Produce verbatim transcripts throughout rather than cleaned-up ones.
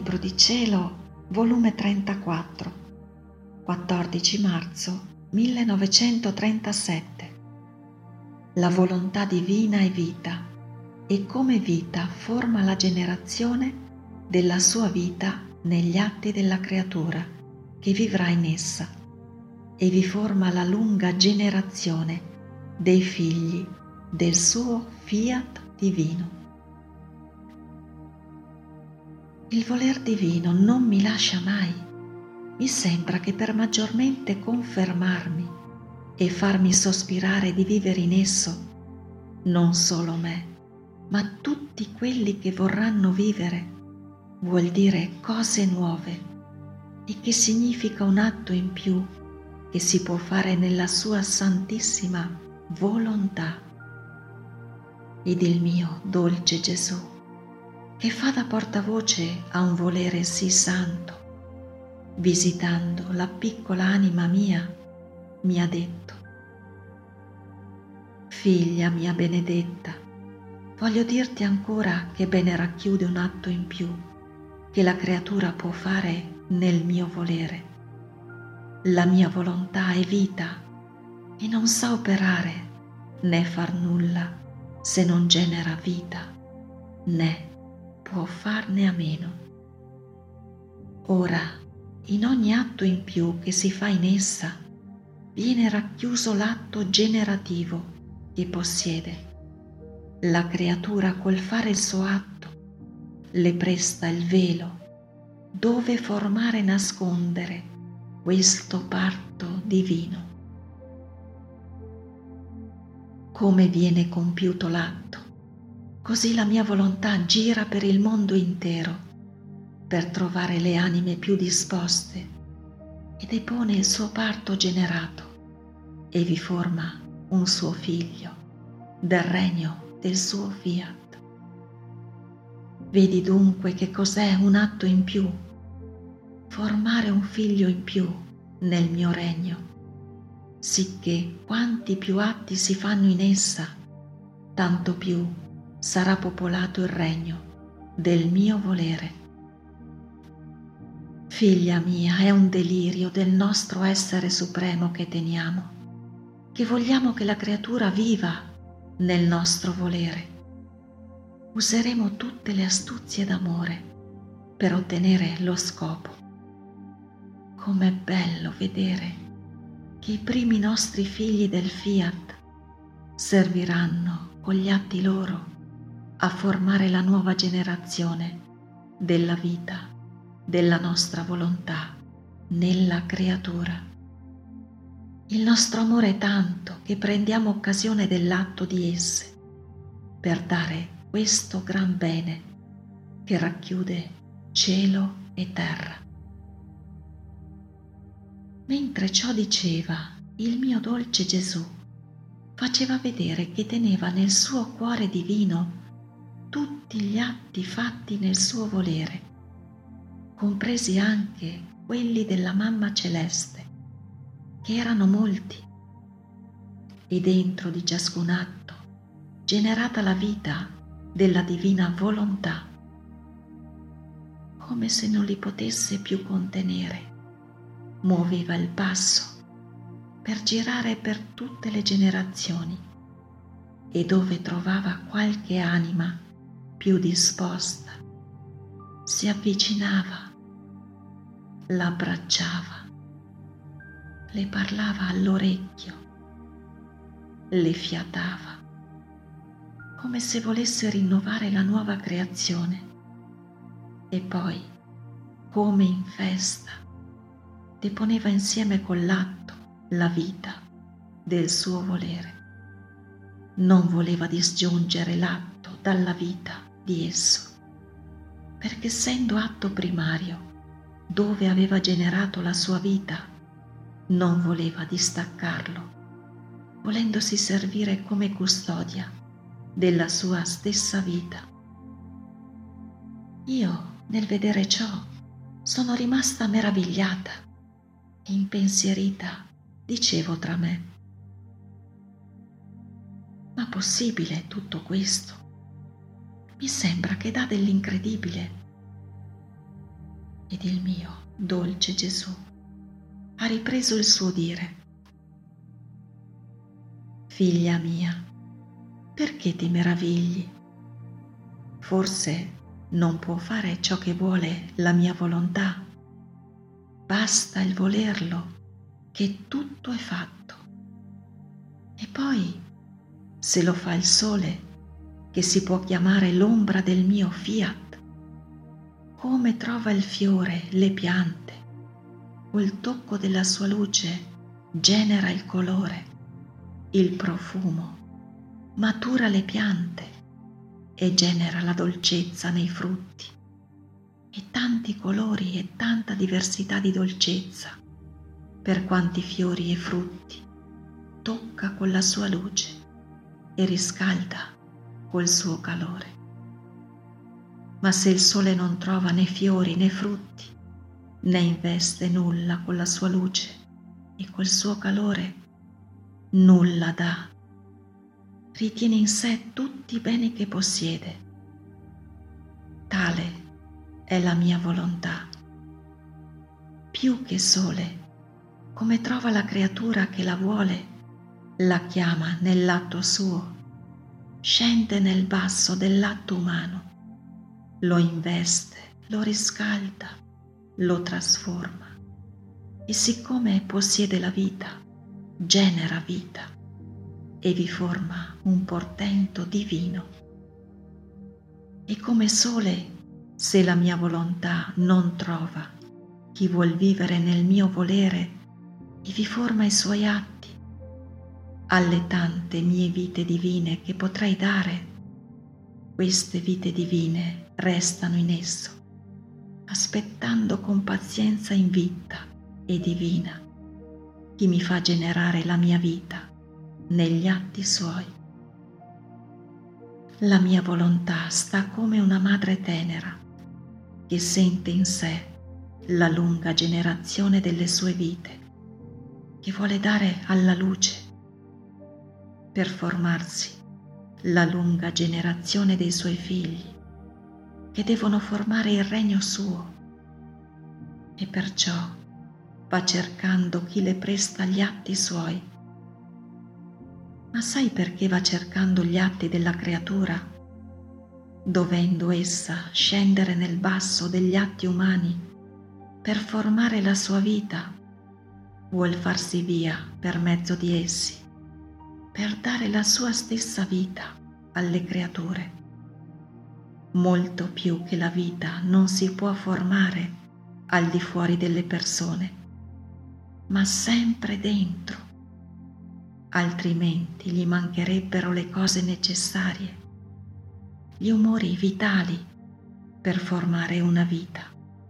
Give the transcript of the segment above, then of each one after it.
Libro di Cielo, volume trentaquattro, quattordici marzo millenovecentotrentasette. La volontà divina è vita e come vita forma la generazione della sua vita negli atti della creatura che vivrà in essa e vi forma la lunga generazione dei figli del suo fiat divino. Il voler divino non mi lascia mai. Mi sembra che per maggiormente confermarmi e farmi sospirare di vivere in esso, non solo me, ma tutti quelli che vorranno vivere, vuol dire cose nuove e che significa un atto in più che si può fare nella sua santissima volontà. Ed il mio dolce Gesù, che fa da portavoce a un volere sì santo, visitando la piccola anima mia, mi ha detto: figlia mia benedetta, voglio dirti ancora che bene racchiude un atto in più che la creatura può fare nel mio volere. La mia volontà è vita e non sa operare né far nulla se non genera vita, né può farne a meno. Ora, in ogni atto in più che si fa in essa, viene racchiuso l'atto generativo che possiede. La creatura col fare il suo atto le presta il velo dove formare e nascondere questo parto divino. Come viene compiuto l'atto, così la mia volontà gira per il mondo intero per trovare le anime più disposte e depone il suo parto generato e vi forma un suo figlio del regno del suo fiat. Vedi dunque che cos'è un atto in più? Formare un figlio in più nel mio regno, sicché quanti più atti si fanno in essa, tanto più sarà popolato il regno del mio volere. Figlia mia, è un delirio del nostro essere supremo che teniamo, che vogliamo che la creatura viva nel nostro volere. Useremo tutte le astuzie d'amore per ottenere lo scopo. Com'è bello vedere che i primi nostri figli del fiat serviranno con gli atti loro a formare la nuova generazione della vita, della nostra volontà nella creatura. Il nostro amore è tanto che prendiamo occasione dell'atto di esse per dare questo gran bene che racchiude cielo e terra. Mentre ciò diceva, il mio dolce Gesù faceva vedere che teneva nel suo cuore divino tutti gli atti fatti nel suo volere, compresi anche quelli della Mamma Celeste, che erano molti, e dentro di ciascun atto generata la vita della divina volontà, come se non li potesse più contenere. Muoveva il passo per girare per tutte le generazioni e dove trovava qualche anima più disposta si avvicinava, l'abbracciava, le parlava all'orecchio, le fiatava, come se volesse rinnovare la nuova creazione, e poi, come in festa, deponeva insieme con l'atto la vita del suo volere. Non voleva disgiungere l'atto dalla vita di esso, perché essendo atto primario, dove aveva generato la sua vita, non voleva distaccarlo, volendosi servire come custodia della sua stessa vita. Io, nel vedere ciò, sono rimasta meravigliata e impensierita, dicevo tra me: ma possibile tutto questo? Mi sembra che dà dell'incredibile. ed il mio dolce Gesù ha ripreso il suo dire: figlia mia, perché ti meravigli? Forse non può fare ciò che vuole la mia volontà. Basta il volerlo, che tutto è fatto. E poi, se lo fa il sole, che si può chiamare l'ombra del mio fiat, come trova il fiore, le piante, col tocco della sua luce genera il colore, il profumo, matura le piante e genera la dolcezza nei frutti, e tanti colori e tanta diversità di dolcezza, per quanti fiori e frutti tocca con la sua luce e riscalda col suo calore. Ma se il sole non trova né fiori né frutti, né investe nulla con la sua luce e col suo calore, nulla dà, ritiene in sé tutti i beni che possiede. Tale è la mia volontà. Più che sole, come trova la creatura che la vuole, la chiama nell'atto suo, scende nel basso dell'atto umano, lo investe, lo riscalda, lo trasforma, e siccome possiede la vita, genera vita e vi forma un portento divino. E come sole, se la mia volontà non trova chi vuol vivere nel mio volere e vi forma i suoi atti, alle tante mie vite divine che potrei dare, queste vite divine restano in esso, aspettando con pazienza invitta e divina chi mi fa generare la mia vita negli atti suoi. La mia volontà sta come una madre tenera che sente in sé la lunga generazione delle sue vite, che vuole dare alla luce per formarsi la lunga generazione dei suoi figli, che devono formare il regno suo, e perciò va cercando chi le presta gli atti suoi. Ma sai perché va cercando gli atti della creatura, dovendo essa scendere nel basso degli atti umani per formare la sua vita? Vuol farsi via per mezzo di essi, per dare la sua stessa vita alle creature. Molto più che la vita non si può formare al di fuori delle persone, ma sempre dentro, altrimenti gli mancherebbero le cose necessarie, gli umori vitali per formare una vita.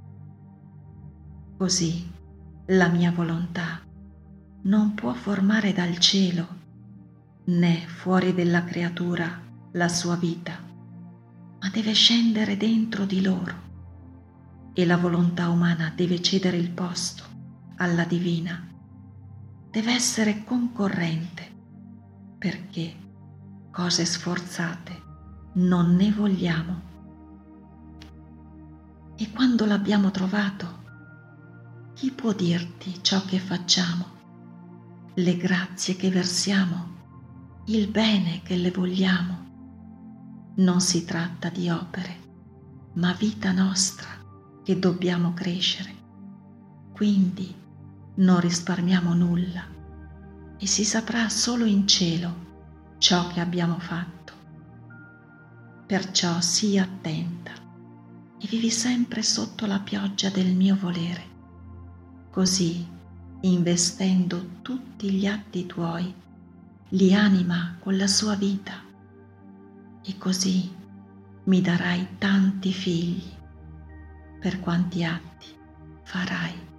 Così la mia volontà non può formare dal cielo né fuori della creatura la sua vita, ma deve scendere dentro di loro, e la volontà umana deve cedere il posto alla divina, deve essere concorrente, perché cose sforzate non ne vogliamo. E quando l'abbiamo trovato, chi può dirti ciò che facciamo, le grazie che versiamo, il bene che le vogliamo? Non si tratta di opere, ma vita nostra che dobbiamo crescere. Quindi non risparmiamo nulla e si saprà solo in cielo ciò che abbiamo fatto. Perciò sii attenta e vivi sempre sotto la pioggia del mio volere. Così, investendo tutti gli atti tuoi, li anima con la sua vita, e così mi darai tanti figli per quanti atti farai.